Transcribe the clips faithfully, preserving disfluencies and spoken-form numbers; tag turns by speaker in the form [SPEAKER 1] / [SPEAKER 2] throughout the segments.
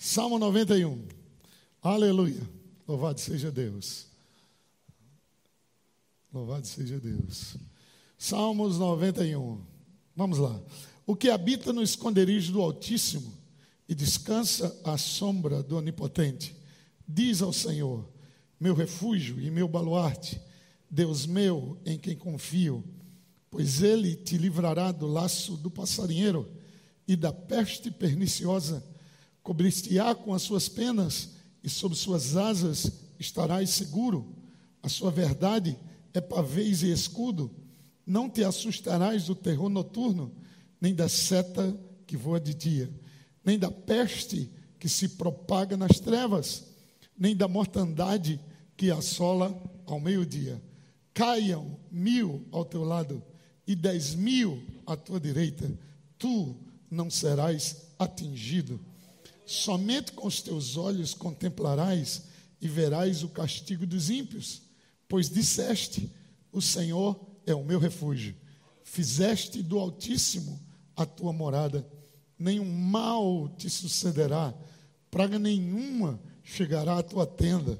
[SPEAKER 1] Salmo noventa e um. Aleluia. Louvado seja Deus. Louvado seja Deus. Salmos noventa e um. Vamos lá. O que habita no esconderijo do Altíssimo e descansa à sombra do Onipotente, diz ao Senhor, meu refúgio e meu baluarte, Deus meu em quem confio, pois Ele te livrará do laço do passarinheiro e da peste perniciosa, cobrir-te-á com as suas penas e sob suas asas estarás seguro. A sua verdade é pavês e escudo. Não te assustarás do terror noturno, nem da seta que voa de dia, nem da peste que se propaga nas trevas, nem da mortandade que assola ao meio-dia. Caiam mil ao teu lado e dez mil à tua direita, tu não serás atingido. Somente com os teus olhos contemplarás e verás o castigo dos ímpios, pois disseste, o Senhor é o meu refúgio. Fizeste do Altíssimo a tua morada. Nenhum mal te sucederá, praga nenhuma chegará à tua tenda.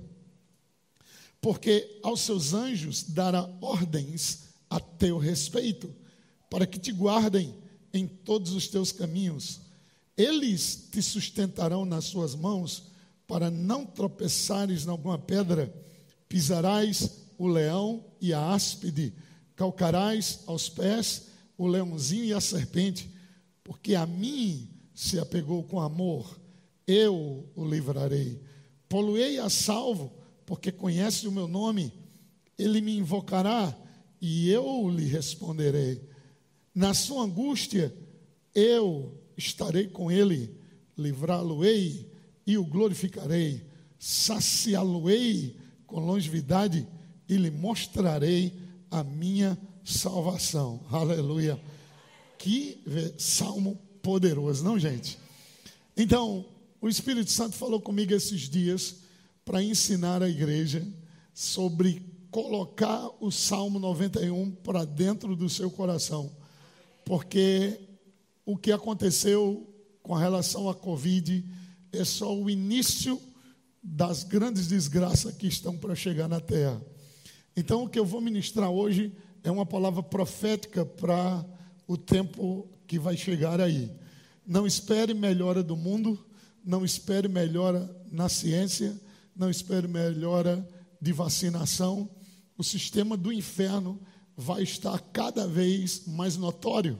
[SPEAKER 1] Porque aos seus anjos dará ordens a teu respeito, para que te guardem em todos os teus caminhos. Eles te sustentarão nas suas mãos, para não tropeçares em alguma pedra. Pisarás o leão e a áspide, calcarás aos pés o leãozinho e a serpente, porque a mim se apegou com amor, eu o livrarei. Poluei a salvo, porque conhece o meu nome, ele me invocará e eu lhe responderei. Na sua angústia, eu estarei com ele, livrá-lo-ei e o glorificarei, saciá-lo-ei com longevidade e lhe mostrarei a minha salvação. Aleluia. Que salmo poderoso, não, gente? Então, o Espírito Santo falou comigo esses dias para ensinar a igreja sobre colocar o Salmo noventa e um para dentro do seu coração, porque o que aconteceu com relação à Covid é só o início das grandes desgraças que estão para chegar na terra. Então, o que eu vou ministrar hoje é uma palavra profética para o tempo que vai chegar aí. Não espere melhora do mundo, não espere melhora na ciência, não espere melhora de vacinação. O sistema do inferno vai estar cada vez mais notório.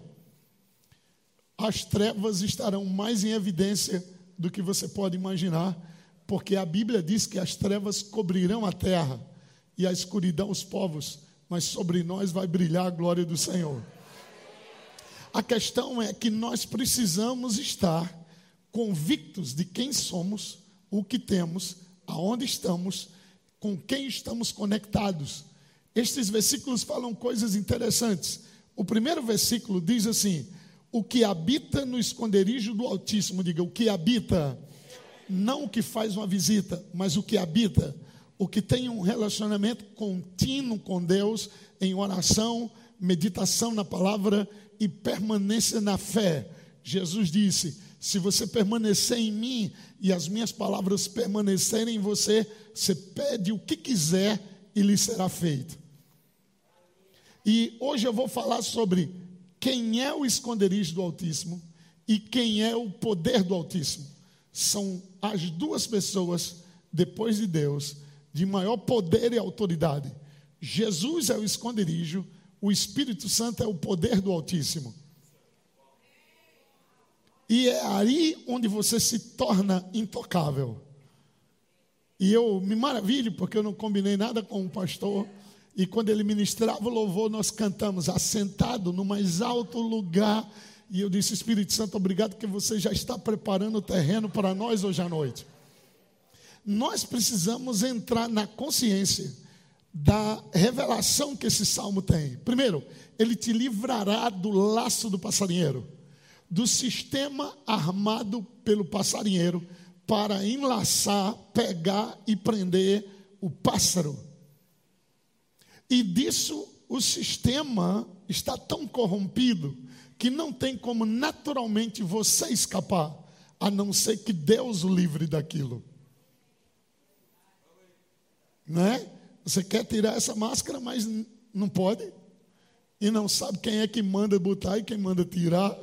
[SPEAKER 1] As trevas estarão mais em evidência do que você pode imaginar, porque a Bíblia diz que as trevas cobrirão a terra e a escuridão os povos, mas sobre nós vai brilhar a glória do Senhor. A questão é que nós precisamos estar convictos de quem somos, o que temos, aonde estamos, com quem estamos conectados. Estes versículos falam coisas interessantes. O primeiro versículo diz assim: o que habita no esconderijo do Altíssimo, diga, o que habita, não o que faz uma visita, mas o que habita, o que tem um relacionamento contínuo com Deus, em oração, meditação na palavra e permanência na fé. Jesus disse, se você permanecer em mim e as minhas palavras permanecerem em você, você pede o que quiser e lhe será feito. E hoje eu vou falar sobre quem é o esconderijo do Altíssimo e quem é o poder do Altíssimo. São as duas pessoas, depois de Deus, de maior poder e autoridade. Jesus é o esconderijo, o Espírito Santo é o poder do Altíssimo. E é aí onde você se torna intocável. E eu me maravilho, porque eu não combinei nada com o pastor. E quando ele ministrava o louvor, nós cantamos, assentado no mais alto lugar. E eu disse, Espírito Santo, obrigado, porque você já está preparando o terreno para nós hoje à noite. Nós precisamos entrar na consciência da revelação que esse salmo tem. Primeiro, ele te livrará do laço do passarinheiro, do sistema armado pelo passarinheiro para enlaçar, pegar e prender o pássaro. E disso o sistema está tão corrompido que não tem como naturalmente você escapar. a não ser que Deus o livre daquilo. Né? Você quer tirar essa máscara, mas não pode. E não sabe quem é que manda botar e quem manda tirar.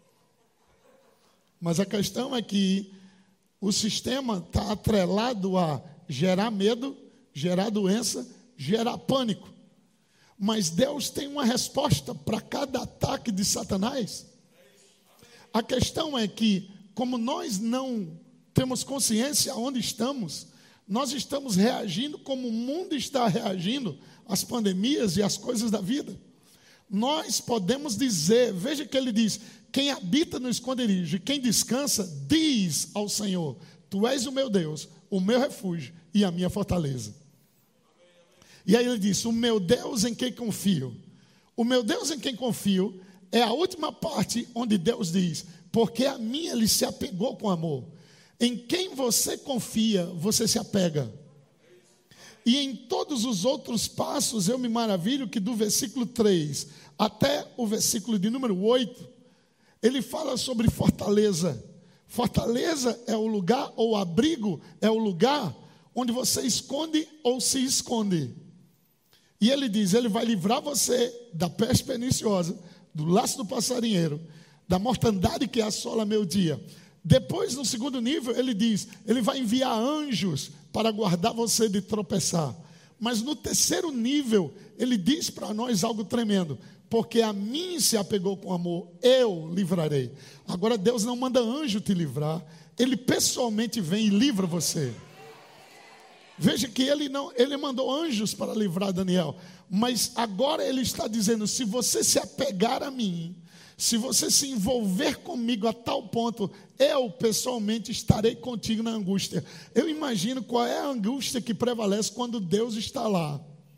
[SPEAKER 1] Mas a questão é que o sistema está atrelado a gerar medo, gerar doença, gerar pânico. Mas Deus tem uma resposta para cada ataque de Satanás. A questão é que, como nós não temos consciência onde estamos, nós estamos reagindo como o mundo está reagindo às pandemias e às coisas da vida. Nós podemos dizer, veja que ele diz, quem habita no esconderijo e quem descansa, diz ao Senhor, tu és o meu Deus, o meu refúgio e a minha fortaleza. E aí ele diz, o meu Deus em quem confio. O meu Deus em quem confio é a última parte onde Deus diz, porque a mim ele se apegou com amor. Em quem você confia, você se apega. E em todos os outros passos, eu me maravilho que do versículo três até o versículo de número oito, ele fala sobre fortaleza. Fortaleza é o lugar, ou abrigo é o lugar onde você esconde ou se esconde. E ele diz, ele vai livrar você da peste perniciosa, do laço do passarinheiro, da mortandade que assola meu dia. Depois, no segundo nível, ele diz, ele vai enviar anjos para guardar você de tropeçar. Mas no terceiro nível, ele diz para nós algo tremendo, porque a mim se apegou com amor, eu livrarei. Agora Deus não manda anjo te livrar, ele pessoalmente vem e livra você. Veja que ele não, ele mandou anjos para livrar Daniel, mas agora ele está dizendo, se você se apegar a mim, se você se envolver comigo a tal ponto, eu pessoalmente estarei contigo na angústia. Eu imagino qual é a angústia que prevalece quando Deus está lá.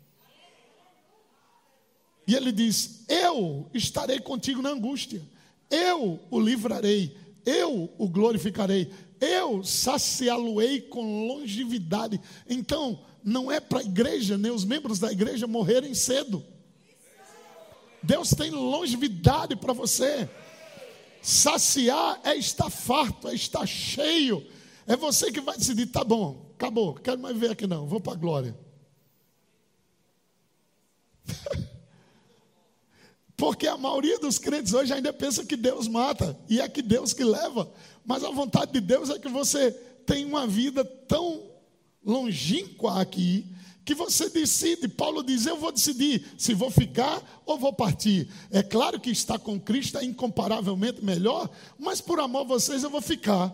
[SPEAKER 1] E ele diz, eu estarei contigo na angústia, eu o livrarei, eu o glorificarei, eu saciá-lo-ei com longevidade. Então, não é para a igreja, nem os membros da igreja morrerem cedo. Deus tem longevidade para você. Saciar é estar farto, é estar cheio. É você que vai decidir, tá bom, acabou, não quero mais ver aqui não, vou para a glória. Porque a maioria dos crentes hoje ainda pensa que Deus mata, e é que Deus que leva. Mas a vontade de Deus é que você tenha uma vida tão longínqua aqui, que você decide. Paulo diz, eu vou decidir se vou ficar ou vou partir. É claro que estar com Cristo é incomparavelmente melhor, mas por amor a vocês eu vou ficar.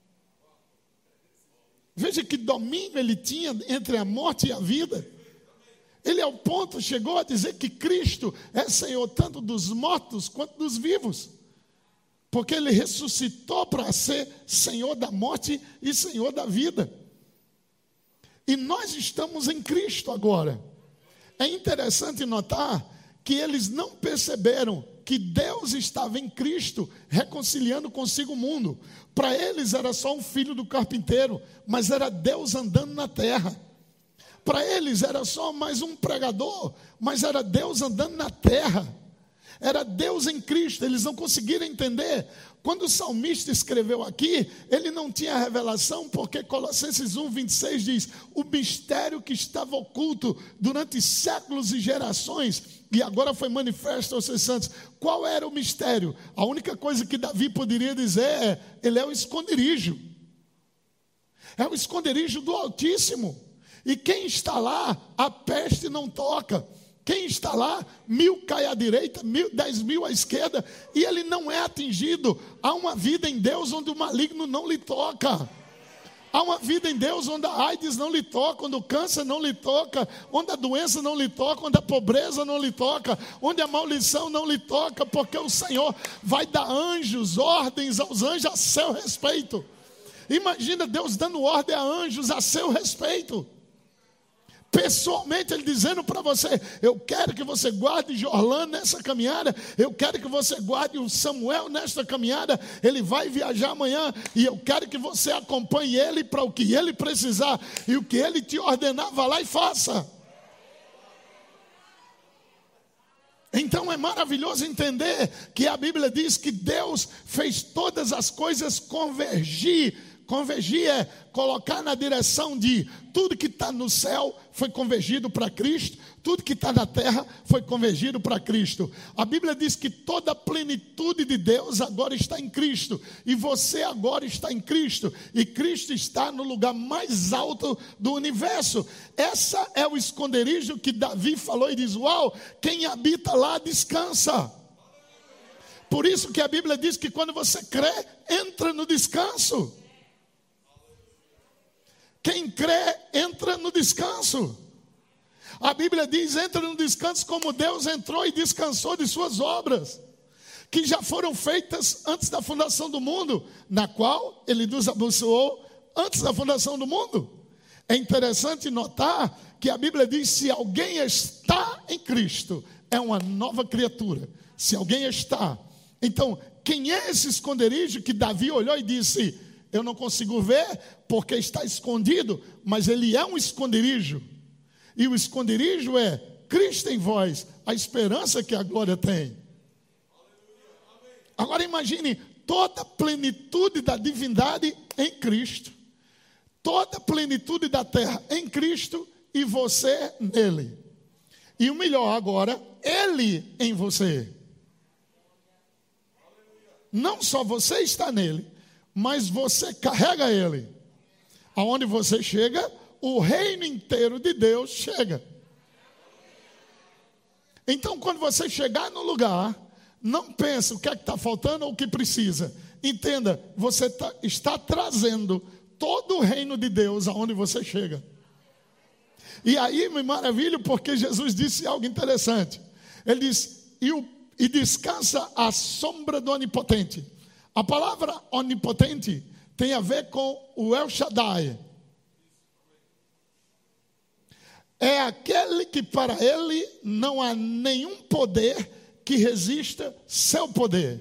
[SPEAKER 1] Veja que domínio ele tinha entre a morte e a vida. Ele ao ponto chegou a dizer que Cristo é Senhor tanto dos mortos quanto dos vivos. Porque ele ressuscitou para ser Senhor da morte e Senhor da vida. E nós estamos em Cristo agora. É interessante notar que eles não perceberam que Deus estava em Cristo reconciliando consigo o mundo. Para eles era só um filho do carpinteiro, mas era Deus andando na terra. Para eles era só mais um pregador, mas era Deus andando na terra. Era Deus em Cristo. Eles não conseguiram entender. Quando o salmista escreveu aqui, ele não tinha revelação, porque Colossenses um, vinte e seis diz, o mistério que estava oculto durante séculos e gerações, e agora foi manifesto aos seus santos. Qual era o mistério? A única coisa que Davi poderia dizer é, ele é o esconderijo. É o esconderijo do Altíssimo. E quem está lá, a peste não toca. Quem está lá, mil cai à direita, mil, dez mil à esquerda, e ele não é atingido. Há uma vida em Deus onde o maligno não lhe toca. Há uma vida em Deus onde a AIDS não lhe toca, onde o câncer não lhe toca, onde a doença não lhe toca, onde a pobreza não lhe toca, onde a maldição não lhe toca, porque o Senhor vai dar anjos, ordens aos anjos a seu respeito. Imagina Deus dando ordem a anjos a seu respeito. Pessoalmente ele dizendo para você, eu quero que você guarde Jorlan nessa caminhada, eu quero que você guarde o Samuel nesta caminhada, ele vai viajar amanhã e eu quero que você acompanhe ele para o que ele precisar e o que ele te ordenar, vá lá e faça. Então é maravilhoso entender que a Bíblia diz que Deus fez todas as coisas convergir. Convergir é colocar na direção de tudo que está no céu foi convergido para Cristo, tudo que está na terra foi convergido para Cristo. A Bíblia diz que toda a plenitude de Deus agora está em Cristo, e você agora está em Cristo, e Cristo está no lugar mais alto do universo. Essa é o esconderijo que Davi falou e diz: uau, quem habita lá descansa. Por isso que a Bíblia diz que quando você crê, entra no descanso. Quem crê, entra no descanso. A Bíblia diz: entra no descanso como Deus entrou e descansou de suas obras, que já foram feitas antes da fundação do mundo, na qual Ele nos abençoou antes da fundação do mundo. É interessante notar que a Bíblia diz: se alguém está em Cristo, é uma nova criatura. Se alguém está. Então, quem é esse esconderijo que Davi olhou e disse: eu não consigo ver porque está escondido, mas ele é um esconderijo. E o esconderijo é Cristo em vós, a esperança que a glória tem. Agora imagine toda a plenitude da divindade em Cristo, toda a plenitude da terra em Cristo e você nele. E o melhor agora, Ele em você. Não só você está nele, mas você carrega Ele. Aonde você chega, o reino inteiro de Deus chega. Então, quando você chegar no lugar, não pense o que é que está faltando ou o que precisa. Entenda, você tá, está trazendo todo o reino de Deus aonde você chega. E aí me maravilho porque Jesus disse algo interessante. Ele disse: e, o, e descansa à sombra do Onipotente. A palavra onipotente tem a ver com o El Shaddai. É aquele que para ele não há nenhum poder que resista seu poder.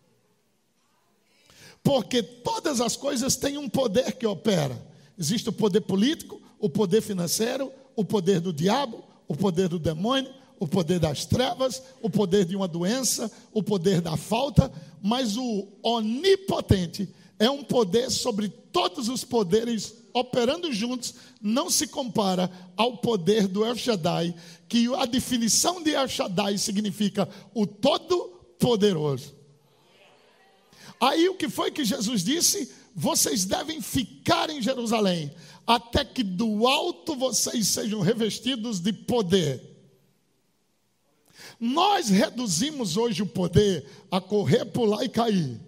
[SPEAKER 1] Porque todas as coisas têm um poder que opera. Existe o poder político, o poder financeiro, o poder do diabo, o poder do demônio, o poder das trevas, o poder de uma doença, o poder da falta. Mas o onipotente é um poder sobre todos os poderes operando juntos, não se compara ao poder do El Shaddai, que a definição de El Shaddai significa o Todo-Poderoso. Aí o que foi que Jesus disse? Vocês devem ficar em Jerusalém, até que do alto vocês sejam revestidos de poder. Nós reduzimos hoje o poder a correr, pular e cair.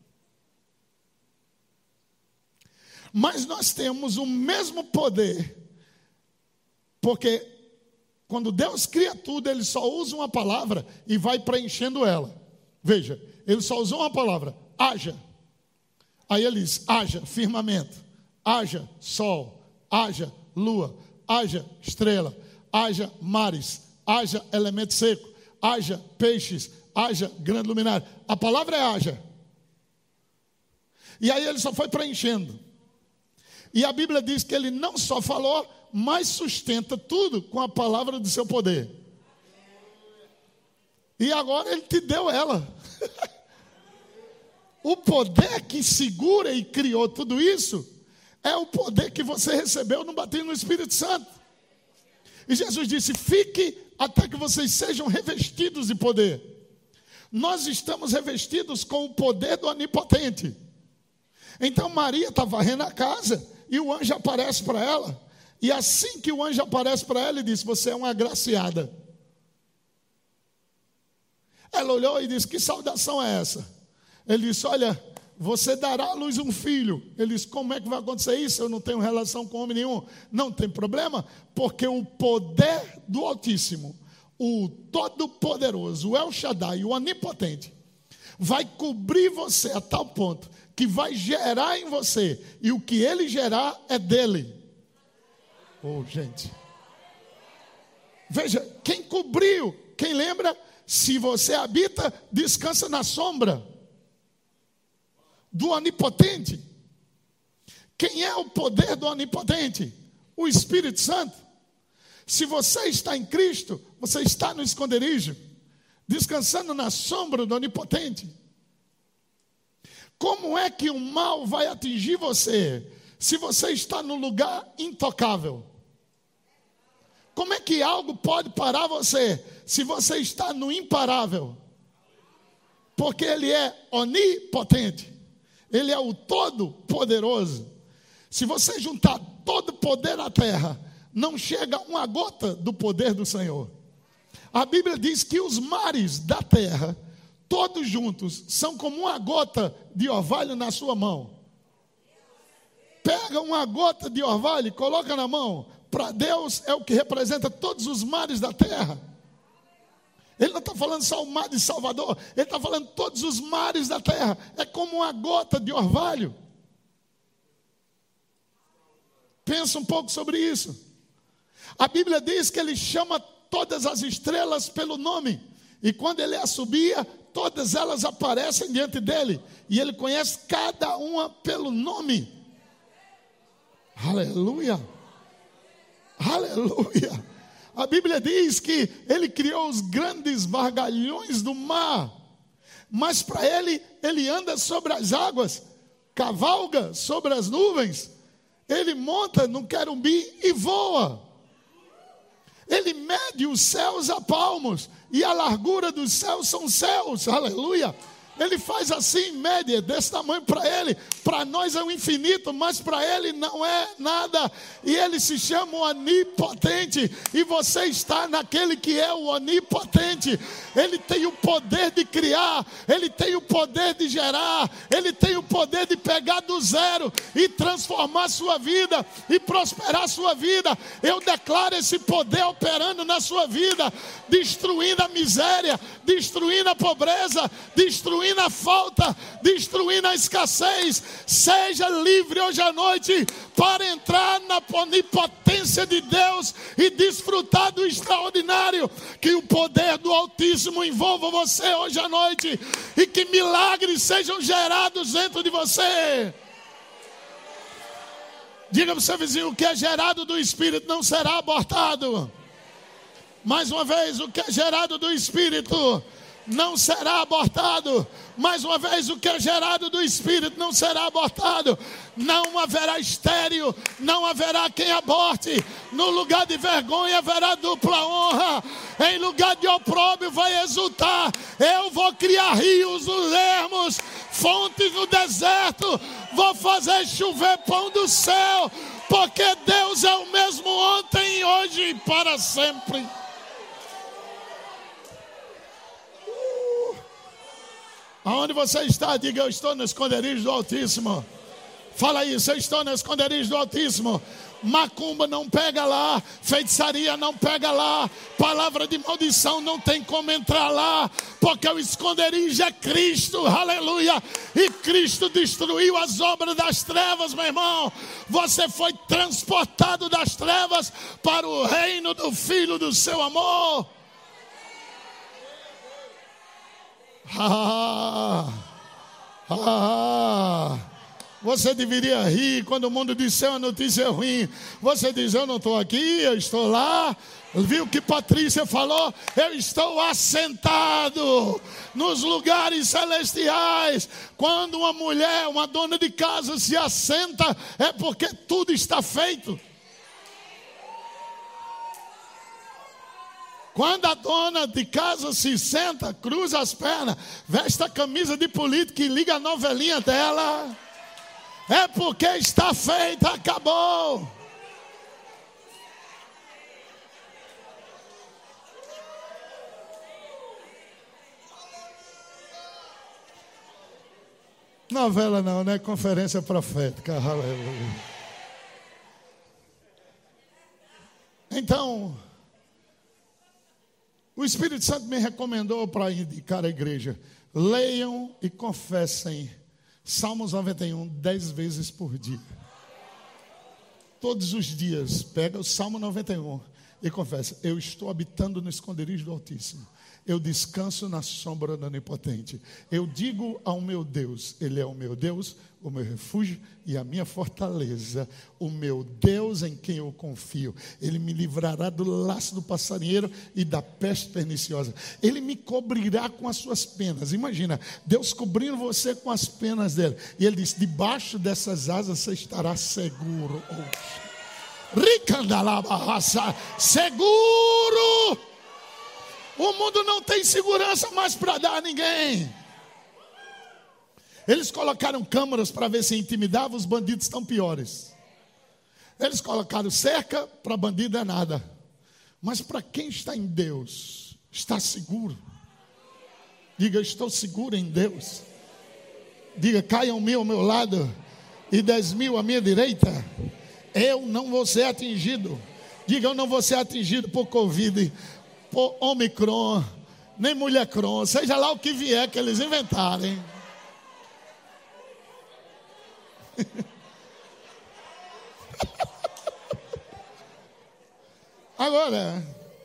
[SPEAKER 1] Mas nós temos o mesmo poder, porque quando Deus cria tudo, Ele só usa uma palavra e vai preenchendo ela. Veja, Ele só usou uma palavra: haja. Aí Ele diz: haja firmamento, haja sol, haja lua, haja estrela, haja mares, haja elemento seco, haja peixes, haja grande luminária. A palavra é haja. E aí Ele só foi preenchendo. E a Bíblia diz que Ele não só falou, mas sustenta tudo com a palavra do seu poder. E agora Ele te deu ela. O poder que segura e criou tudo isso é o poder que você recebeu no batismo no Espírito Santo. E Jesus disse: fique até que vocês sejam revestidos de poder. Nós estamos revestidos com o poder do Onipotente. Então Maria está varrendo a casa e o anjo aparece para ela. E assim que o anjo aparece para ela, ele disse: você é uma agraciada. Ela olhou e disse: que saudação é essa? Ele disse: olha, você dará à luz um filho. Ele disse: como é que vai acontecer isso? Eu não tenho relação com homem nenhum. Não tem problema, porque o poder do Altíssimo, o Todo-Poderoso, o El Shaddai, o Onipotente, vai cobrir você a tal ponto que vai gerar em você, e o que Ele gerar é dele. Oh, gente. Veja, quem cobriu, quem lembra? Se você habita, descansa na sombra do Onipotente. Quem é o poder do Onipotente? O Espírito Santo. Se você está em Cristo, você está no esconderijo. descansando na sombra do Onipotente. Como é que o mal vai atingir você se você está no lugar intocável? Como é que algo pode parar você se você está no imparável? Porque Ele é onipotente. Ele é o todo-poderoso. Se você juntar todo o poder na terra, não chega uma gota do poder do Senhor. A Bíblia diz que os mares da terra, todos juntos, são como uma gota de orvalho na sua mão. Pega uma gota de orvalho e coloca na mão. Para Deus é o que representa todos os mares da terra. Ele não está falando só o mar de Salvador, ele está falando todos os mares da terra. É como uma gota de orvalho. Pensa um pouco sobre isso. A Bíblia diz que ele chama todas as estrelas pelo nome. E quando ele assobia, todas elas aparecem diante dele. E ele conhece cada uma pelo nome. Aleluia. Aleluia. A Bíblia diz que ele criou os grandes vargalhões do mar. Mas para ele, ele anda sobre as águas, cavalga sobre as nuvens. Ele monta no querubim e voa. Ele mede os céus a palmos, e a largura dos céus são céus. Aleluia. Ele faz assim, média, desse tamanho para ele. Para nós é o infinito, mas para ele não é nada. E ele se chama o onipotente. E você está naquele que é o onipotente. Ele tem o poder de criar. Ele tem o poder de gerar. Ele tem o poder de pegar do zero e transformar a sua vida e prosperar a sua vida. Eu declaro esse poder operando na sua vida, destruindo a miséria, destruindo a pobreza, destruindo a falta, destruindo a escassez. Seja livre hoje à noite para entrar na onipotência de Deus e desfrutar do extraordinário. Que o poder do Altíssimo envolva você hoje à noite e que milagres sejam gerados dentro de você. Diga para o seu vizinho: o que é gerado do Espírito não será abortado. Mais uma vez, o que é gerado do Espírito não será abortado. Mais uma vez, o que é gerado do Espírito não será abortado. Não haverá estéril, não haverá quem aborte. No lugar de vergonha haverá dupla honra. Em lugar de opróbrio vai exultar. Eu vou criar rios nos ermos, fontes no deserto. Vou fazer chover pão do céu, porque Deus é o mesmo ontem, hoje e para sempre. Aonde você está, diga: eu estou no esconderijo do Altíssimo. Fala isso: eu estou no esconderijo do Altíssimo. Macumba não pega lá, feitiçaria não pega lá, palavra de maldição não tem como entrar lá, porque o esconderijo é Cristo. Aleluia. E Cristo destruiu as obras das trevas, meu irmão. Você foi transportado das trevas para o reino do Filho do seu amor. Ah, ah, você deveria rir quando o mundo disser uma notícia ruim. Você diz: eu não estou aqui, eu estou lá. Viu que Patrícia falou? Eu estou assentado nos lugares celestiais. Quando uma mulher, uma dona de casa se assenta, é porque tudo está feito. Quando a dona de casa se senta, cruza as pernas, veste a camisa de político e liga a novelinha dela, é porque está feita, acabou. Novela não, né? Conferência profética. Aleluia. Então, o Espírito Santo me recomendou para indicar à igreja: leiam e confessem Salmos noventa e um dez vezes por dia. Todos os dias, pega o Salmo noventa e um E confessa: eu estou habitando no esconderijo do Altíssimo. Eu descanso na sombra do Onipotente. Eu digo ao meu Deus, Ele é o meu Deus, o meu refúgio e a minha fortaleza, o meu Deus em quem eu confio. Ele me livrará do laço do passarinheiro e da peste perniciosa. Ele me cobrirá com as suas penas. Imagina, Deus cobrindo você com as penas dele. E Ele diz: debaixo dessas asas você estará seguro. Ricandalabarraça, seguro. O mundo não tem segurança mais para dar a ninguém. Eles colocaram câmeras para ver se intimidava, os bandidos estão piores. Eles colocaram cerca, para bandido é nada. Mas para quem está em Deus, está seguro. Diga: estou seguro em Deus. Diga: caiam mil ao meu lado e dez mil à minha direita, eu não vou ser atingido. Diga: eu não vou ser atingido por Covid, por Omicron, nem Mulhercron, seja lá o que vier que eles inventarem. Agora,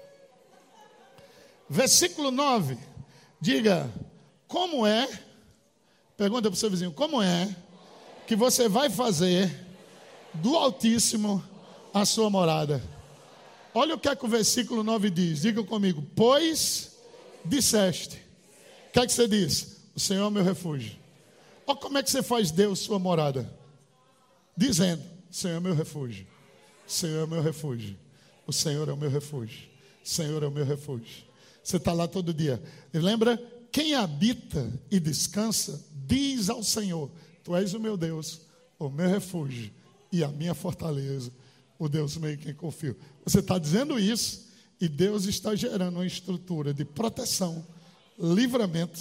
[SPEAKER 1] versículo nove. Diga: como é, pergunta para o seu vizinho, como é que você vai fazer do Altíssimo a sua morada? Olha o que é que o versículo nove diz. Diga comigo: pois disseste. O que é que você diz? O Senhor é o meu refúgio. Olha como é que você faz Deus sua morada. Dizendo: Senhor é o meu refúgio. Senhor é o meu refúgio. O Senhor é o meu refúgio. Senhor é o meu refúgio. Você está lá todo dia. E lembra? Quem habita e descansa diz ao Senhor: tu és o meu Deus, o meu refúgio e a minha fortaleza, o Deus meu em quem confio. Você está dizendo isso e Deus está gerando uma estrutura de proteção, livramento.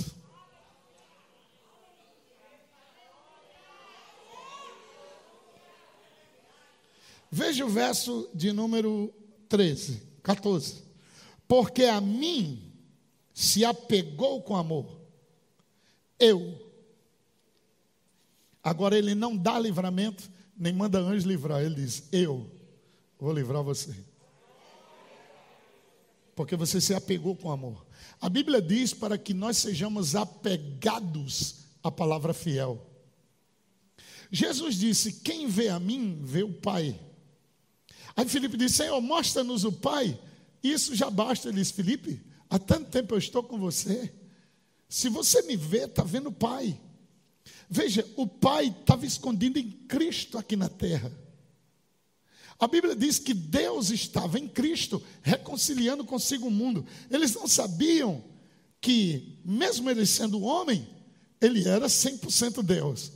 [SPEAKER 1] Veja o verso de número treze, quatorze. Porque a mim se apegou com amor. Eu. Agora ele não dá livramento, nem manda anjo livrar. Ele diz: eu vou livrar você. Porque você se apegou com amor. A Bíblia diz para que nós sejamos apegados à palavra fiel. Jesus disse: quem vê a mim, vê o Pai. Aí Filipe disse: Senhor, mostra-nos o Pai. Isso já basta. Ele disse: Filipe, há tanto tempo eu estou com você. Se você me vê, está vendo o Pai. Veja, o Pai estava escondido em Cristo aqui na terra. A Bíblia diz que Deus estava em Cristo, reconciliando consigo o mundo. Eles não sabiam que, mesmo ele sendo homem, ele era cem por cento Deus.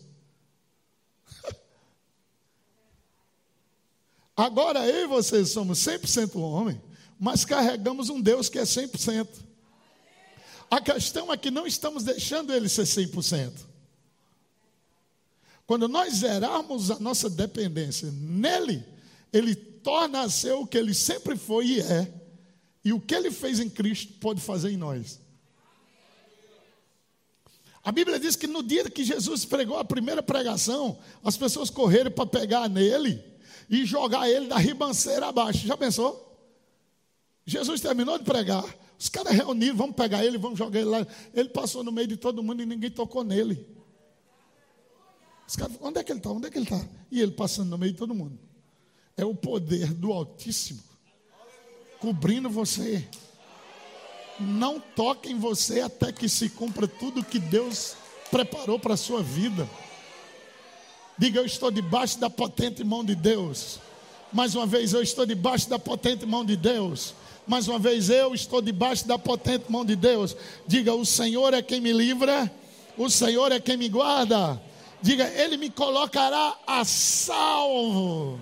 [SPEAKER 1] Agora eu e você somos cem por cento homem, mas carregamos um Deus que é cem por cento. A questão é que não estamos deixando ele ser cem por cento. Quando nós zerarmos a nossa dependência nele, ele torna a ser o que ele sempre foi e é. E o que ele fez em Cristo pode fazer em nós. A Bíblia diz que no dia que Jesus pregou a primeira pregação, as pessoas correram para pegar nele e jogar ele da ribanceira abaixo. Já pensou? Jesus terminou de pregar, os caras reuniram: vamos pegar ele, vamos jogar ele lá. Ele passou no meio de todo mundo e ninguém tocou nele. Os caras: onde é que ele está? Onde é que ele está? E ele passando no meio de todo mundo. É o poder do Altíssimo cobrindo você. Não toque em você até que se cumpra tudo que Deus preparou para a sua vida. Diga: eu estou debaixo da potente mão de Deus. Mais uma vez: eu estou debaixo da potente mão de Deus. Mais uma vez: eu estou debaixo da potente mão de Deus. Diga: o Senhor é quem me livra, o Senhor é quem me guarda. Diga: ele me colocará a salvo.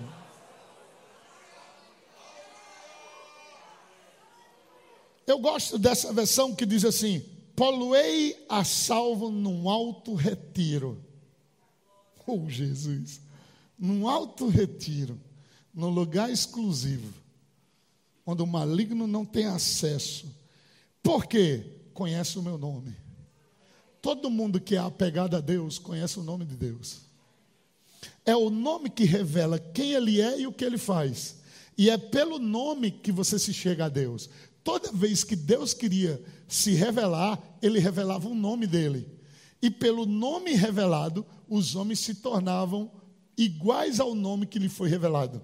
[SPEAKER 1] Eu gosto dessa versão que diz assim: poloei a salvo num alto retiro. Oh, Jesus! Num alto retiro, num lugar exclusivo, onde o maligno não tem acesso. Por quê? Conhece o meu nome. Todo mundo que é apegado a Deus conhece o nome de Deus. É o nome que revela quem Ele é e o que Ele faz. E é pelo nome que você se chega a Deus. Toda vez que Deus queria se revelar, Ele revelava o nome dEle. E pelo nome revelado, os homens se tornavam iguais ao nome que lhe foi revelado.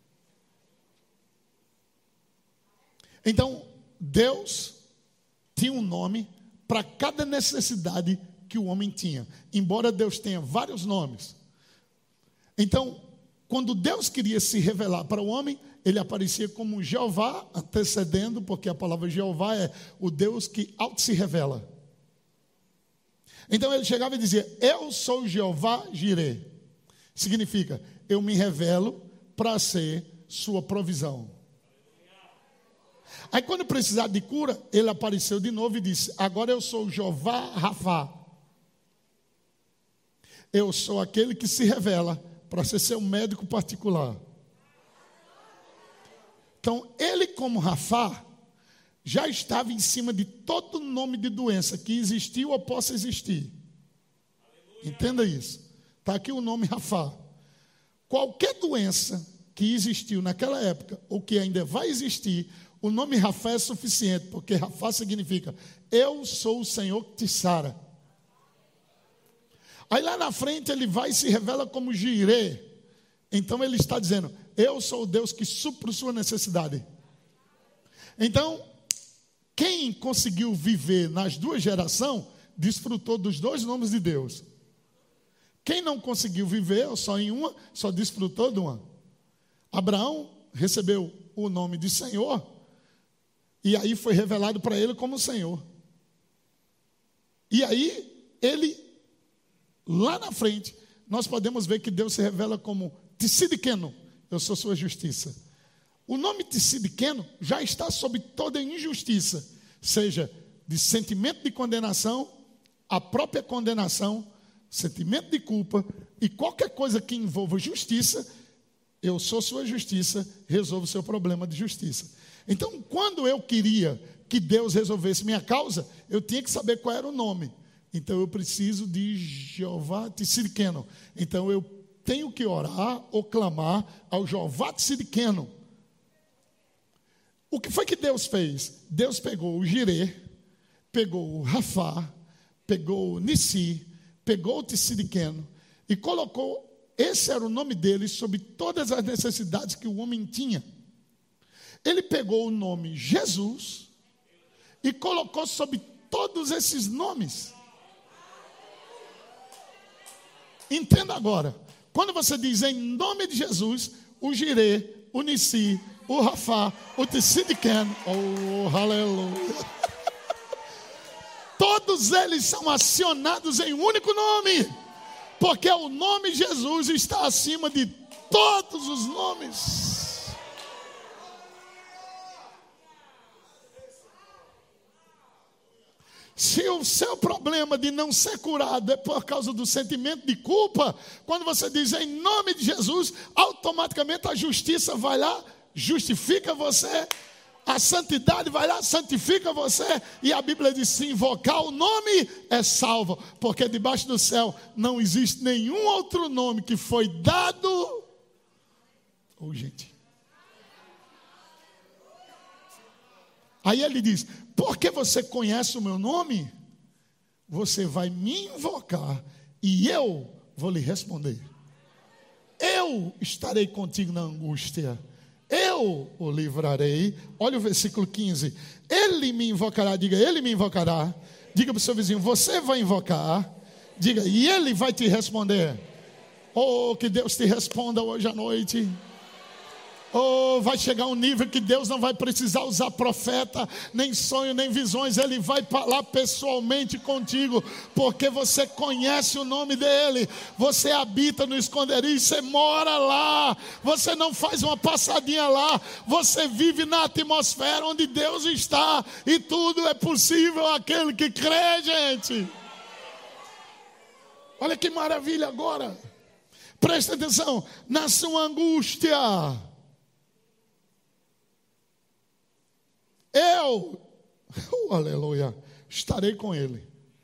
[SPEAKER 1] Então, Deus tinha um nome para cada necessidade que o homem tinha. Embora Deus tenha vários nomes. Então, quando Deus queria se revelar para o homem, Ele aparecia como Jeová, antecedendo, porque a palavra Jeová é o Deus que auto se revela. Então ele chegava e dizia: eu sou Jeová Jireh. Significa, eu me revelo para ser sua provisão. Aí quando precisar de cura, ele apareceu de novo e disse: agora eu sou Jeová Rafá. Eu sou aquele que se revela para ser seu médico particular. Então, ele como Rafá, já estava em cima de todo nome de doença que existiu ou possa existir. Entenda isso. Está aqui o nome Rafá. Qualquer doença que existiu naquela época, ou que ainda vai existir, o nome Rafá é suficiente, porque Rafá significa: eu sou o Senhor que te sara. Aí lá na frente ele vai e se revela como Jireh. Então ele está dizendo: eu sou o Deus que supre sua necessidade. Então, quem conseguiu viver nas duas gerações, desfrutou dos dois nomes de Deus. Quem não conseguiu viver só em uma, só desfrutou de uma. Abraão recebeu o nome de Senhor, e aí foi revelado para ele como Senhor. E aí, ele, lá na frente, nós podemos ver que Deus se revela como Tsidkenu, eu sou sua justiça. O nome Tsidkenu já está sob toda injustiça, seja de sentimento de condenação, a própria condenação, sentimento de culpa e qualquer coisa que envolva justiça. Eu sou sua justiça, resolvo o seu problema de justiça. Então, quando eu queria que Deus resolvesse minha causa, eu tinha que saber qual era o nome. Então, eu preciso de Jeová Tsidkenu. Então, eu tenho que orar ou clamar ao Jeová Tsidkenu. O que foi que Deus fez? Deus pegou o Jireh, pegou o Rafá, pegou o Nissi, pegou o Tsidkenu e colocou, esse era o nome dele, sobre todas as necessidades que o homem tinha. Ele pegou o nome Jesus e colocou sobre todos esses nomes. Entenda agora, quando você diz em nome de Jesus, o Jireh, o Nissi, o Rafá, o Tsidkenu, oh, aleluia. Todos eles são acionados em um único nome, porque o nome Jesus está acima de todos os nomes. Se o seu problema de não ser curado é por causa do sentimento de culpa, quando você diz em nome de Jesus, automaticamente a justiça vai lá, justifica você, a santidade vai lá, santifica você, e a Bíblia diz: se invocar o nome é salvo, porque debaixo do céu não existe nenhum outro nome que foi dado. Oh, gente. Aí ele diz: porque você conhece o meu nome, você vai me invocar e eu vou lhe responder. Eu estarei contigo na angústia, eu o livrarei. Olha o versículo quinze. Ele me invocará, diga, ele me invocará. Diga para o seu vizinho, você vai invocar. Diga, e ele vai te responder. Oh, que Deus te responda hoje à noite. Oh, vai chegar um nível que Deus não vai precisar usar profeta, nem sonho, nem visões. Ele vai falar pessoalmente contigo, porque você conhece o nome dele. Você habita no esconderijo, você mora lá. Você não faz uma passadinha lá. Você vive na atmosfera onde Deus está. E tudo é possível àquele que crê, gente. Olha que maravilha agora. Presta atenção, na sua angústia, eu, oh, aleluia, estarei com ele.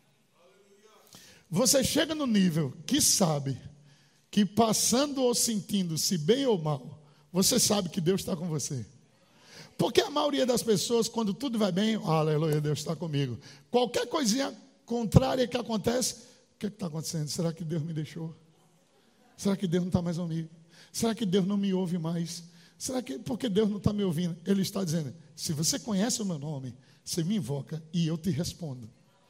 [SPEAKER 1] Você chega no nível que sabe que passando ou sentindo-se bem ou mal, você sabe que Deus está com você. Porque a maioria das pessoas, quando tudo vai bem, aleluia, Deus está comigo. Qualquer coisinha contrária que acontece, o que está acontecendo? Será que Deus me deixou? Será que Deus não está mais comigo? Será que Deus não me ouve mais? Será que, porque Deus não está me ouvindo? Ele está dizendo, se você conhece o meu nome, você me invoca e eu te respondo.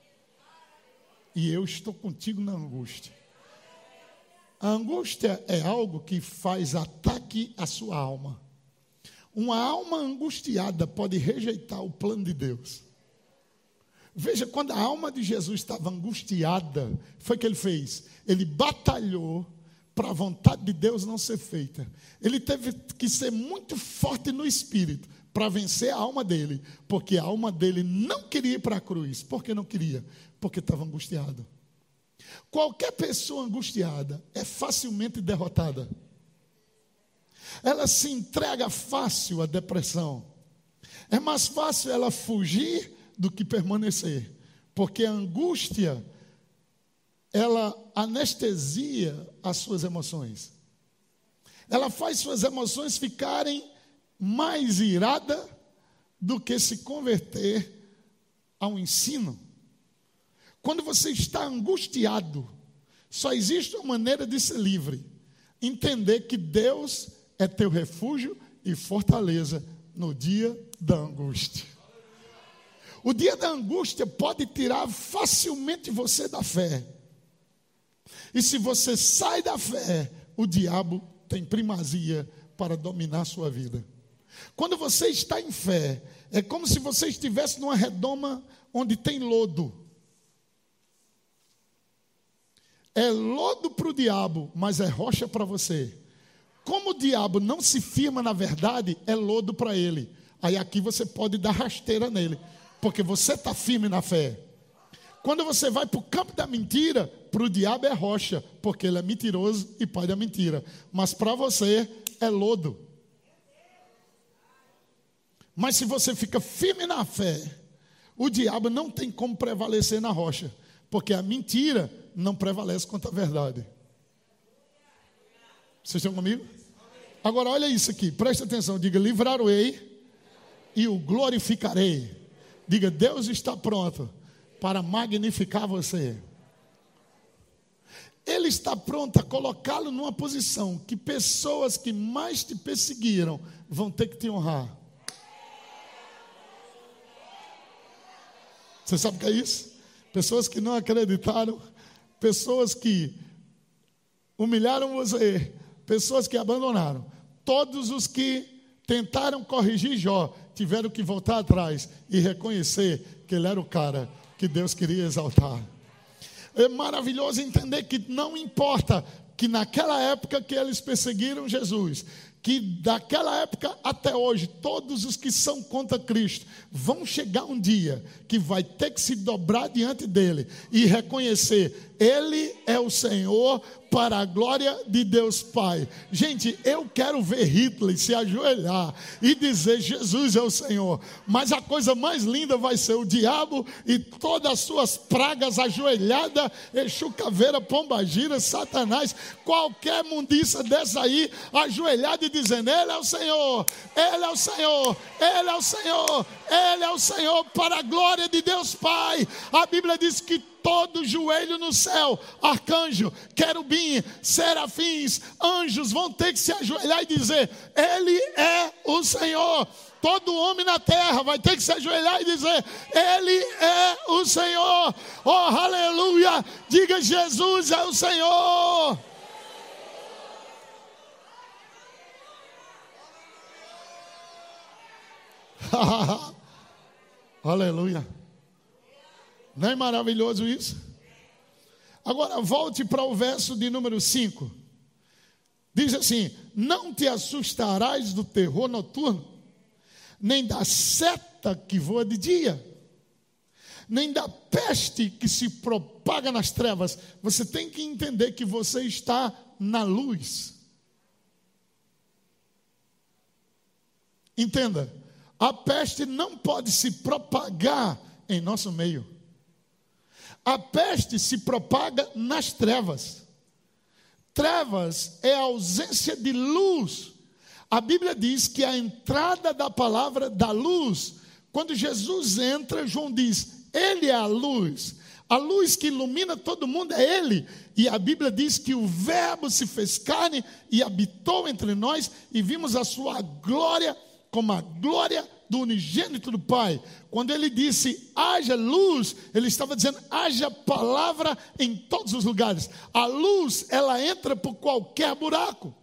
[SPEAKER 1] E eu estou contigo na angústia. A angústia é algo que faz ataque à sua alma. Uma alma angustiada pode rejeitar o plano de Deus. Veja, quando a alma de Jesus estava angustiada, foi o que ele fez? Ele batalhou para a vontade de Deus não ser feita. Ele teve que ser muito forte no espírito para vencer a alma dele, porque a alma dele não queria ir para a cruz. Por que não queria? Porque estava angustiado. Qualquer pessoa angustiada é facilmente derrotada. Ela se entrega fácil à depressão. É mais fácil ela fugir do que permanecer, porque a angústia, ela anestesia as suas emoções. Ela faz suas emoções ficarem mais iradas do que se converter ao ensino. Quando você está angustiado, só existe uma maneira de ser livre. Entender que Deus é teu refúgio e fortaleza no dia da angústia. O dia da angústia pode tirar facilmente você da fé. E se você sai da fé, o diabo tem primazia para dominar a sua vida. Quando você está em fé, é como se você estivesse numa redoma onde tem lodo. É lodo para o diabo, mas é rocha para você. Como o diabo não se firma na verdade, é lodo para ele. Aí aqui você pode dar rasteira nele, porque você está firme na fé. Quando você vai para o campo da mentira, para o diabo é rocha, porque ele é mentiroso e pai da mentira. Mas para você é lodo. Mas se você fica firme na fé, o diabo não tem como prevalecer na rocha, porque a mentira não prevalece contra a verdade. Vocês estão comigo? Agora olha isso aqui, presta atenção, diga, livrar-o-ei e o glorificarei. Diga, Deus está pronto para magnificar você. Ele está pronto a colocá-lo numa posição que pessoas que mais te perseguiram vão ter que te honrar. Você sabe o que é isso? Pessoas que não acreditaram, pessoas que humilharam você, pessoas que abandonaram. Todos os que tentaram corrigir Jó tiveram que voltar atrás e reconhecer que ele era o cara que Deus queria exaltar. É maravilhoso entender que não importa que naquela época que eles perseguiram Jesus, que daquela época até hoje, todos os que são contra Cristo, vão chegar um dia que vai ter que se dobrar diante dele e reconhecer, ele é o Senhor, para a glória de Deus Pai. Gente, eu quero ver Hitler se ajoelhar e dizer, Jesus é o Senhor. Mas a coisa mais linda vai ser o diabo e todas as suas pragas ajoelhada, Exu, caveira, pombagira, Satanás, qualquer mundiça dessa aí, ajoelhada e dizendo, ele é o Senhor, ele é o Senhor, ele é o Senhor, ele é o Senhor, para a glória de Deus Pai. A Bíblia diz que todo joelho no céu, arcanjo, querubim, serafins, anjos vão ter que se ajoelhar e dizer, ele é o Senhor. Todo homem na terra vai ter que se ajoelhar e dizer, ele é o Senhor. Oh, aleluia, diga, Jesus é o Senhor. Aleluia. Não é maravilhoso isso? Agora volte para o verso de número cinco. Diz assim, não te assustarás do terror noturno, nem da seta que voa de dia, nem da peste que se propaga nas trevas. Você tem que entender que você está na luz. Entenda, a peste não pode se propagar em nosso meio. A peste se propaga nas trevas. Trevas é a ausência de luz. A Bíblia diz que a entrada da palavra da luz, quando Jesus entra, João diz, ele é a luz. A luz que ilumina todo mundo é ele. E a Bíblia diz que o verbo se fez carne e habitou entre nós, e vimos a sua glória como a glória do unigênito do Pai. Quando ele disse, haja luz, ele estava dizendo, haja palavra em todos os lugares. A luz, ela entra por qualquer buraco.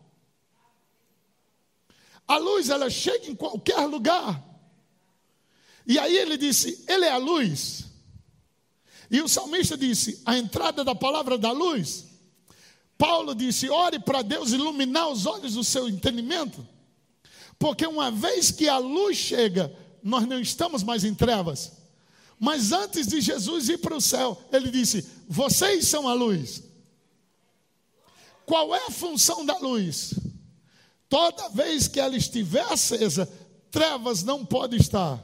[SPEAKER 1] A luz, ela chega em qualquer lugar. E aí ele disse, ele é a luz. E o salmista disse, a entrada da palavra da luz. Paulo disse, ore para Deus iluminar os olhos do seu entendimento. Porque uma vez que a luz chega, nós não estamos mais em trevas. Mas antes de Jesus ir para o céu, ele disse, vocês são a luz. Qual é a função da luz? Toda vez que ela estiver acesa, trevas não podem estar.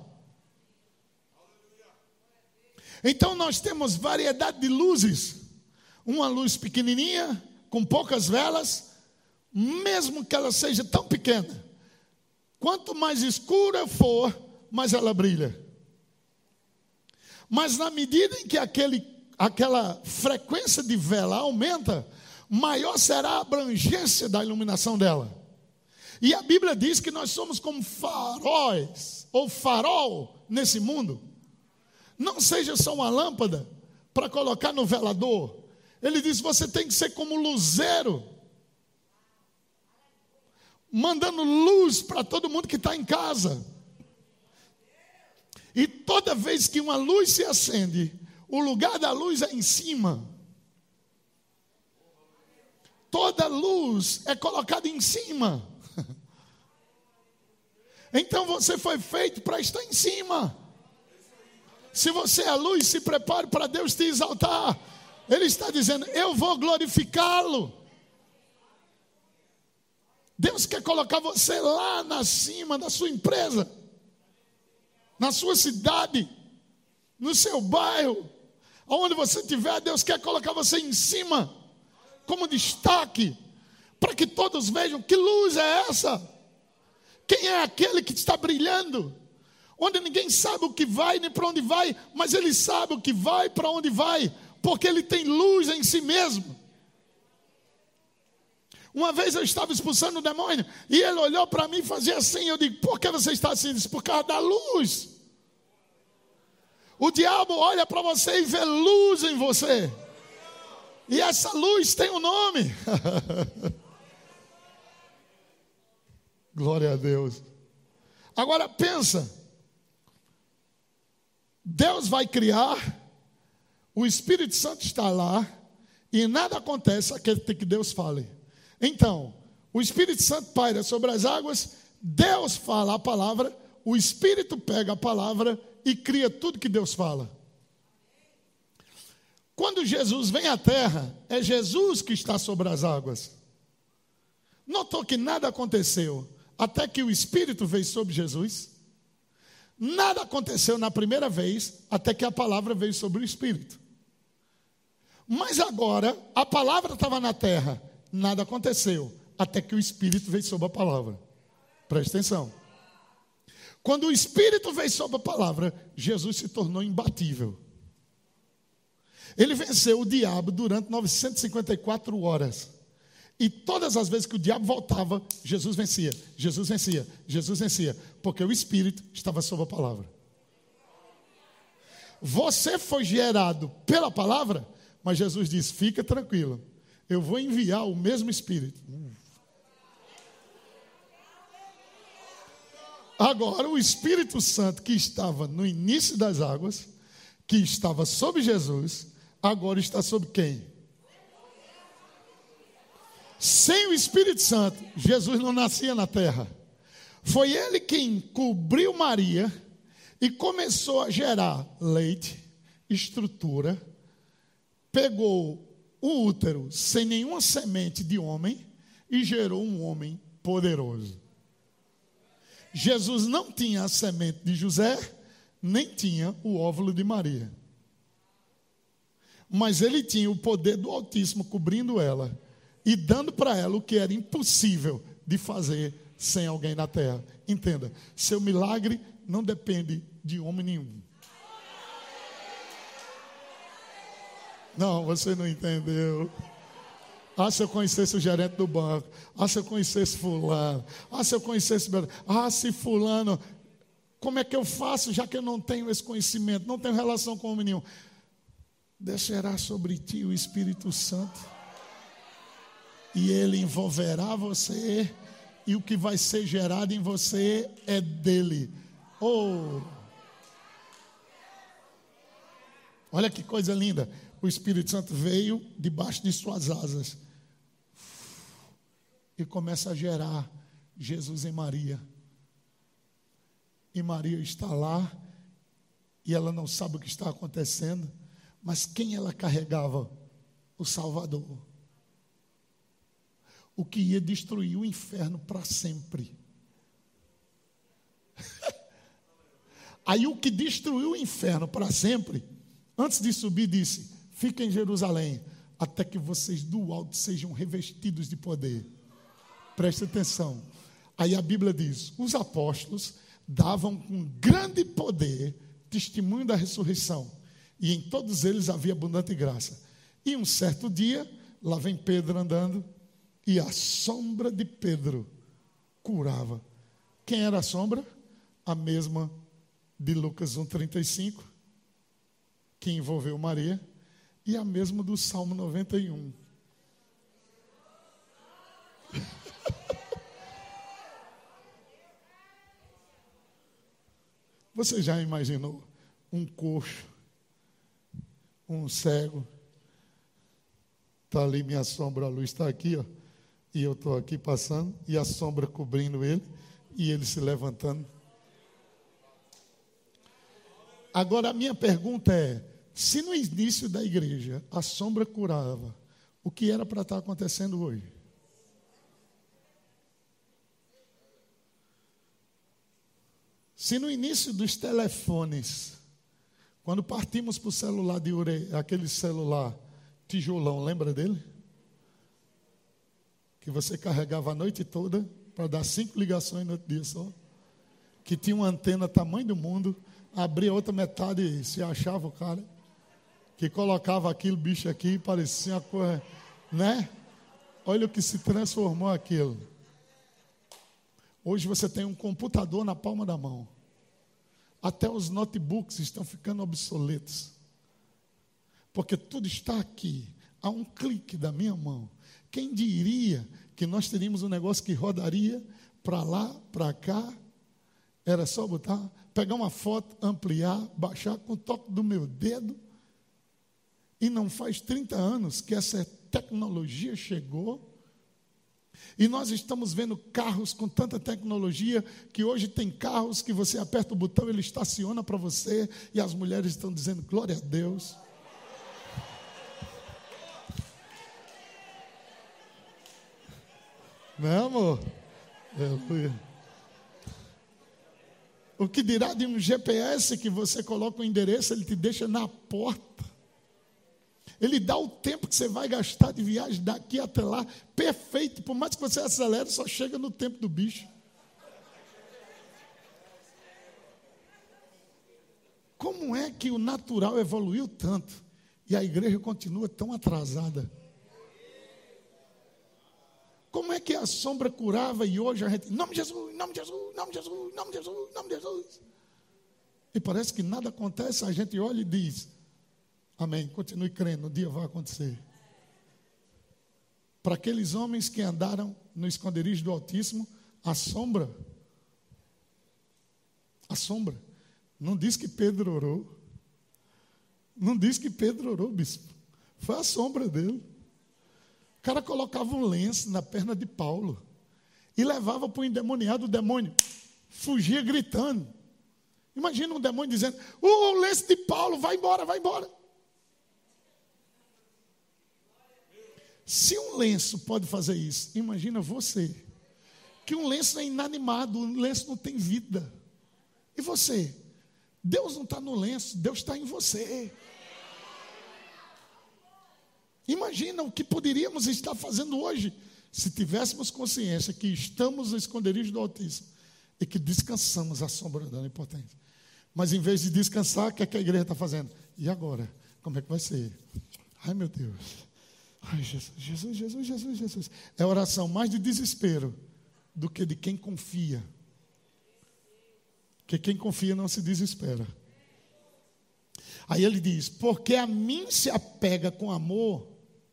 [SPEAKER 1] Então nós temos variedade de luzes. Uma luz pequenininha, com poucas velas, mesmo que ela seja tão pequena. Quanto mais escura for, mais ela brilha. Mas na medida em que aquele, aquela frequência de vela aumenta, maior será a abrangência da iluminação dela. E a Bíblia diz que nós somos como faróis, ou farol nesse mundo. Não seja só uma lâmpada para colocar no velador. Ele diz, você tem que ser como luzeiro, mandando luz para todo mundo que está em casa. E toda vez que uma luz se acende, o lugar da luz é em cima. Toda luz é colocada em cima. Então você foi feito para estar em cima. Se você é a luz, se prepare para Deus te exaltar. Ele está dizendo, eu vou glorificá-lo. Deus quer colocar você lá na cima da sua empresa, na sua cidade, no seu bairro, aonde você estiver. Deus quer colocar você em cima, como destaque, para que todos vejam que luz é essa. Quem é aquele que está brilhando? Onde ninguém sabe o que vai, nem para onde vai, mas ele sabe o que vai, para onde vai, porque ele tem luz em si mesmo. Uma vez eu estava expulsando o demônio, e ele olhou para mim e fazia assim, eu digo, por que você está assim? Ele disse, por causa da luz. O diabo olha para você e vê luz em você, e essa luz tem um nome. Glória a Deus. Agora pensa, Deus vai criar, o Espírito Santo está lá, e nada acontece até que Deus fale. Então, o Espírito Santo paira sobre as águas, Deus fala a palavra, o Espírito pega a palavra e cria tudo que Deus fala. Quando Jesus vem à terra, é Jesus que está sobre as águas. Notou que nada aconteceu até que o Espírito veio sobre Jesus? Nada aconteceu na primeira vez, até que a palavra veio sobre o Espírito. Mas agora, a palavra estava na terra, nada aconteceu, até que o Espírito veio sobre a palavra. Presta atenção. Quando o Espírito veio sobre a palavra, Jesus se tornou imbatível. Ele venceu o diabo durante novecentas e cinquenta e quatro horas. E todas as vezes que o diabo voltava, Jesus vencia, Jesus vencia, Jesus vencia, porque o Espírito estava sobre a palavra. Você foi gerado pela palavra, mas Jesus disse, fica tranquilo, eu vou enviar o mesmo Espírito. Agora o Espírito Santo que estava no início das águas, que estava sobre Jesus, agora está sobre quem? Sem o Espírito Santo, Jesus não nascia na terra. Foi ele quem cobriu Maria e começou a gerar leite, estrutura, pegou o útero sem nenhuma semente de homem e gerou um homem poderoso. Jesus não tinha a semente de José, nem tinha o óvulo de Maria. Mas ele tinha o poder do Altíssimo cobrindo ela e dando para ela o que era impossível de fazer sem alguém na terra. Entenda, seu milagre não depende de homem nenhum. Não, você não entendeu. Ah, se eu conhecesse o gerente do banco. Ah, se eu conhecesse fulano. Ah, se eu conhecesse... Ah, se fulano... Como é que eu faço, já que eu não tenho esse conhecimento, não tenho relação com homem nenhum? Descerá sobre ti o Espírito Santo. E ele envolverá você. E o que vai ser gerado em você é dele. Oh! Olha que coisa linda. O Espírito Santo veio debaixo de suas asas. E começa a gerar Jesus em Maria. E Maria está lá. E ela não sabe o que está acontecendo. Mas quem ela carregava? O Salvador. O que ia destruir o inferno para sempre. Aí o que destruiu o inferno para sempre, antes de subir, disse: fiquem em Jerusalém, até que vocês do alto sejam revestidos de poder. Preste atenção. Aí a Bíblia diz: os apóstolos davam com grande poder testemunho da ressurreição, e em todos eles havia abundante graça. E um certo dia, lá vem Pedro andando, e a sombra de Pedro curava. Quem era a sombra? A mesma de Lucas um, trinta e cinco, que envolveu Maria, e a mesma do Salmo noventa e um. Você já imaginou um coxo, um cego? Está ali minha sombra, a luz está aqui, ó, e eu estou aqui passando, e a sombra cobrindo ele, e ele se levantando. Agora a minha pergunta é: se no início da igreja a sombra curava, o que era para estar acontecendo hoje? Se no início dos telefones, quando partimos para o celular de Ure, aquele celular tijolão, lembra dele? Que você carregava a noite toda para dar cinco ligações no outro dia só. Que tinha uma antena tamanho do mundo, abria outra metade e se achava o cara. Que colocava aquilo, bicho aqui, parecia uma coisa, né? Olha o que se transformou aquilo. Hoje você tem um computador na palma da mão. Até os notebooks estão ficando obsoletos. Porque tudo está aqui, a um clique da minha mão. Quem diria que nós teríamos um negócio que rodaria para lá, para cá? Era só botar, pegar uma foto, ampliar, baixar com o toque do meu dedo. E não faz trinta anos que essa tecnologia chegou. E nós estamos vendo carros com tanta tecnologia que hoje tem carros que você aperta o botão, ele estaciona para você, e as mulheres estão dizendo glória a Deus. Não é, amor? Aleluia. O que dirá de um G P S que você coloca o endereço, ele te deixa na porta. Ele dá o tempo que você vai gastar de viagem daqui até lá, perfeito. Por mais que você acelere, só chega no tempo do bicho. Como é que o natural evoluiu tanto e a igreja continua tão atrasada? Como é que a sombra curava e hoje a gente, em nome de Jesus, em nome de Jesus, em nome de Jesus, em nome de Jesus, em nome de Jesus. E parece que nada acontece, a gente olha e diz, amém, continue crendo, um dia vai acontecer. Para aqueles homens que andaram no esconderijo do Altíssimo, a sombra, a sombra, não diz que Pedro orou, não diz que Pedro orou, bispo, foi a sombra dele. O cara colocava um lenço na perna de Paulo e levava para o endemoniado, o demônio fugia gritando. Imagina um demônio dizendo, o lenço de Paulo, vai embora, vai embora. Se um lenço pode fazer isso, imagina você, que um lenço é inanimado, um lenço não tem vida. E você? Deus não está no lenço, Deus está em você. Imagina o que poderíamos estar fazendo hoje se tivéssemos consciência que estamos no esconderijo do Altíssimo e que descansamos à sombra da Onipotente. Mas em vez de descansar, o que, é que a igreja está fazendo? E agora? Como é que vai ser? Ai, meu Deus. Ai, Jesus, Jesus, Jesus, Jesus, Jesus. É oração mais de desespero do que de quem confia. Porque quem confia não se desespera. Aí ele diz, porque a mim se apega com amor,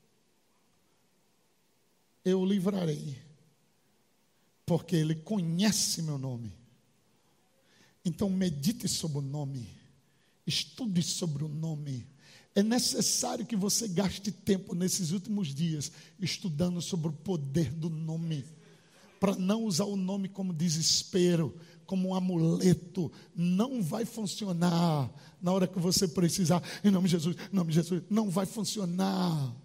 [SPEAKER 1] eu o livrarei, porque ele conhece meu nome. Então medite sobre o nome, estude sobre o nome. É necessário que você gaste tempo nesses últimos dias estudando sobre o poder do nome, para não usar o nome como desespero, como um amuleto. Não vai funcionar na hora que você precisar. Em nome de Jesus, em nome de Jesus, não vai funcionar.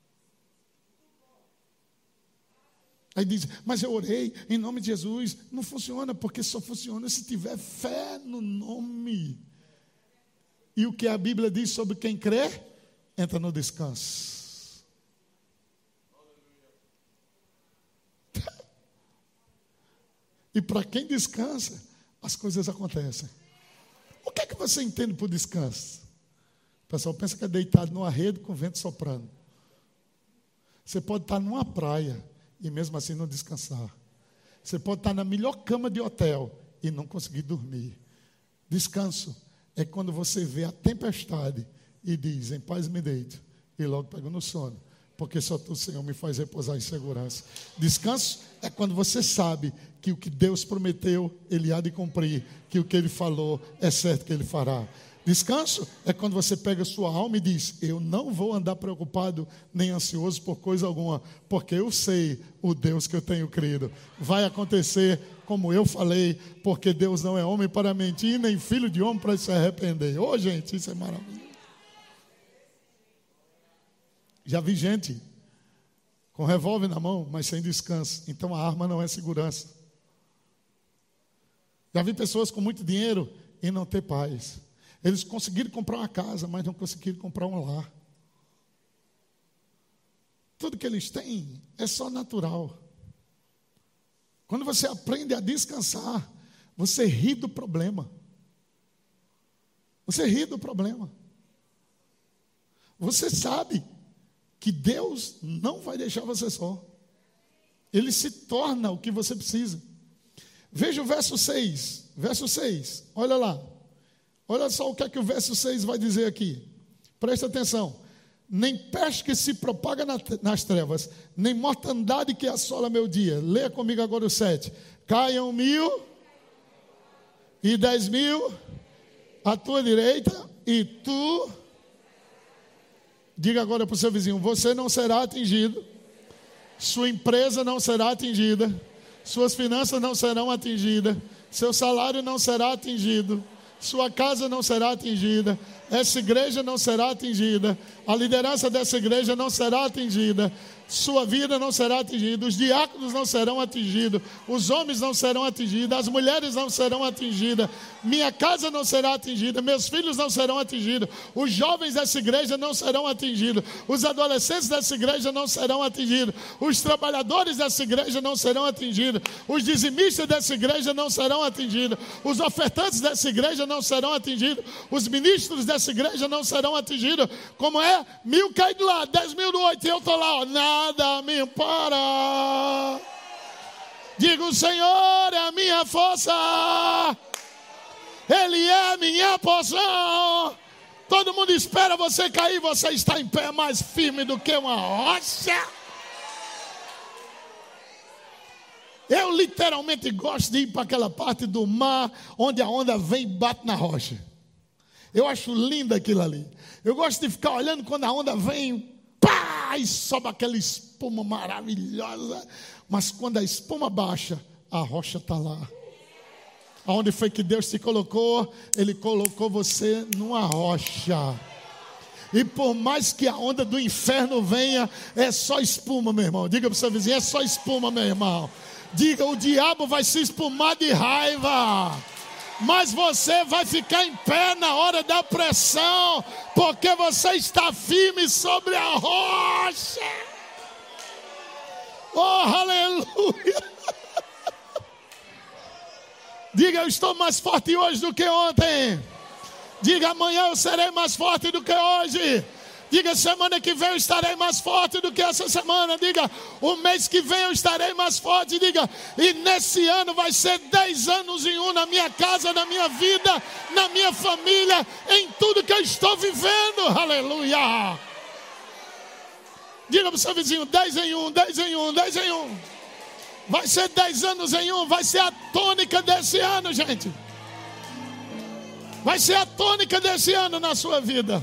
[SPEAKER 1] Aí diz, mas eu orei em nome de Jesus. Não funciona, porque só funciona se tiver fé no nome. E o que a Bíblia diz sobre quem crê, entra no descanso. E para quem descansa, as coisas acontecem. O que é que você entende por descanso? O pessoal pensa que é deitado numa rede com vento soprando. Você pode estar numa praia e mesmo assim não descansar. Você pode estar na melhor cama de hotel e não conseguir dormir. Descanso é quando você vê a tempestade e diz, em paz me deito, e logo pega no sono, porque só tu, Senhor, me faz repousar em segurança. Descanso é quando você sabe que o que Deus prometeu, Ele há de cumprir, que o que Ele falou é certo que Ele fará. Descanso é quando você pega a sua alma e diz, eu não vou andar preocupado nem ansioso por coisa alguma, porque eu sei o Deus que eu tenho crido. Vai acontecer como eu falei, porque Deus não é homem para mentir, nem filho de homem para se arrepender. Ô, gente, isso é maravilhoso. Já vi gente com revólver na mão, mas sem descanso. Então a arma não é segurança. Já vi pessoas com muito dinheiro e não ter paz. Eles conseguiram comprar uma casa, mas não conseguiram comprar um lar. Tudo que eles têm é só natural. Quando você aprende a descansar, você ri do problema. Você ri do problema. Você sabe que Deus não vai deixar você só. Ele se torna o que você precisa. Veja o verso seis. Verso seis, olha lá. Olha só o que é que o verso seis vai dizer aqui. Presta atenção. Nem peste que se propaga nas trevas, nem mortandade que assola meu dia. Leia comigo agora o sete. Caiam mil e dez mil à tua direita e tu... Diga agora para o seu vizinho, você não será atingido. Sua empresa não será atingida. Suas finanças não serão atingidas. Seu salário não será atingido. Sua casa não será atingida, essa igreja não será atingida, a liderança dessa igreja não será atingida, sua vida não será atingida, os diáconos não serão atingidos, os homens não serão atingidos, as mulheres não serão atingidas, minha casa não será atingida, meus filhos não serão atingidos, os jovens dessa igreja não serão atingidos, os adolescentes dessa igreja não serão atingidos, os trabalhadores dessa igreja não serão atingidos, os dizimistas dessa igreja não serão atingidos, os ofertantes dessa igreja não serão atingidos, os ministros dessa igreja não serão atingidos. Como é? Mil cai do lado, dez mil do oito, e eu estou lá, ó, nada me para. Digo, o Senhor é a minha força, Ele é a minha porção. Todo mundo espera você cair, você está em pé mais firme do que uma rocha. Eu literalmente gosto de ir para aquela parte do mar onde a onda vem e bate na rocha. Eu acho lindo aquilo ali. Eu gosto de ficar olhando quando a onda vem, pá, e sobe aquela espuma maravilhosa. Mas quando a espuma baixa, a rocha está lá. Aonde foi que Deus te colocou? Ele colocou você numa rocha. E por mais que a onda do inferno venha, é só espuma, meu irmão. Diga para o seu vizinho, é só espuma, meu irmão. Diga, o diabo vai se espumar de raiva, mas você vai ficar em pé na hora da pressão, porque você está firme sobre a rocha. Oh, aleluia. Diga, eu estou mais forte hoje do que ontem. Diga, amanhã eu serei mais forte do que hoje. Diga, semana que vem eu estarei mais forte do que essa semana. Diga, o mês que vem eu estarei mais forte. Diga, e nesse ano vai ser dez anos em um na minha casa, na minha vida, na minha família, em tudo que eu estou vivendo. Aleluia. Diga para o seu vizinho, dez em um, dez em um, dez em um. Vai ser dez anos em um, vai ser a tônica desse ano, gente. Vai ser a tônica desse ano na sua vida.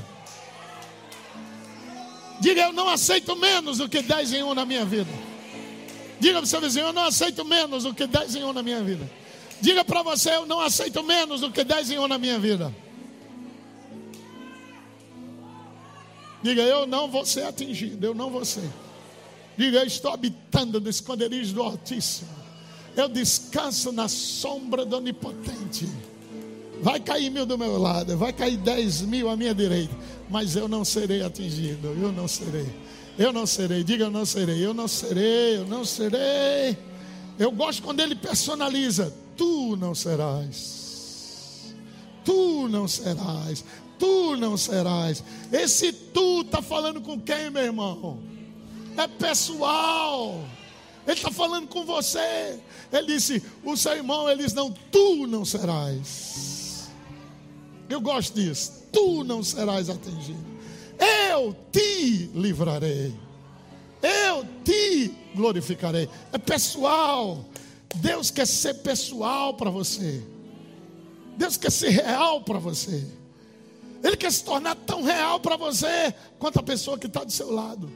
[SPEAKER 1] Diga, eu não aceito menos do que dez em um na minha vida. Diga para o seu vizinho, eu não aceito menos do que dez em um na minha vida. Diga para você, eu não aceito menos do que dez em um na minha vida. Diga, eu não vou ser atingido, eu não vou ser. Diga, eu estou habitando no esconderijo do Altíssimo. Eu descanso na sombra do Onipotente. Vai cair mil do meu lado, vai cair dez mil à minha direita, mas eu não serei atingido, eu não serei. Eu não serei, diga, eu não serei, eu não serei, eu não serei. Eu gosto quando ele personaliza. Tu não serás. Tu não serás. Tu não serás. Esse tu está falando com quem, meu irmão? É pessoal. Ele está falando com você. Ele disse, o seu irmão, ele diz, não, tu não serás. Eu gosto disso. Tu não serás atingido. Eu te livrarei. Eu te glorificarei. É pessoal. Deus quer ser pessoal para você. Deus quer ser real para você. Ele quer se tornar tão real para você quanto a pessoa que está do seu lado.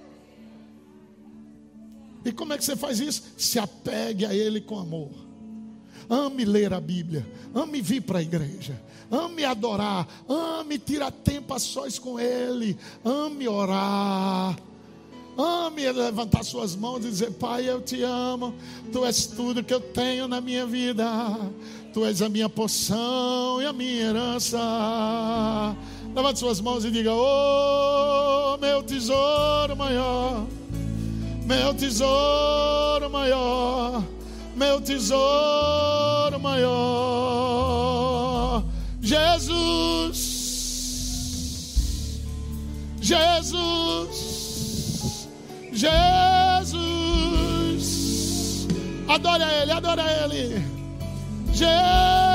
[SPEAKER 1] E como é que você faz isso? Se apegue a Ele com amor. Ame ler a Bíblia. Ame vir para a igreja. Ame adorar. Ame tirar tempo a sós com Ele. Ame orar. Ame levantar suas mãos e dizer, Pai, eu te amo. Tu és tudo que eu tenho na minha vida. Tu és a minha porção e a minha herança. Levante suas mãos e diga, oh, meu tesouro maior. Meu tesouro maior, meu tesouro maior, Jesus, Jesus, Jesus, adore a Ele, adore a Ele, Jesus.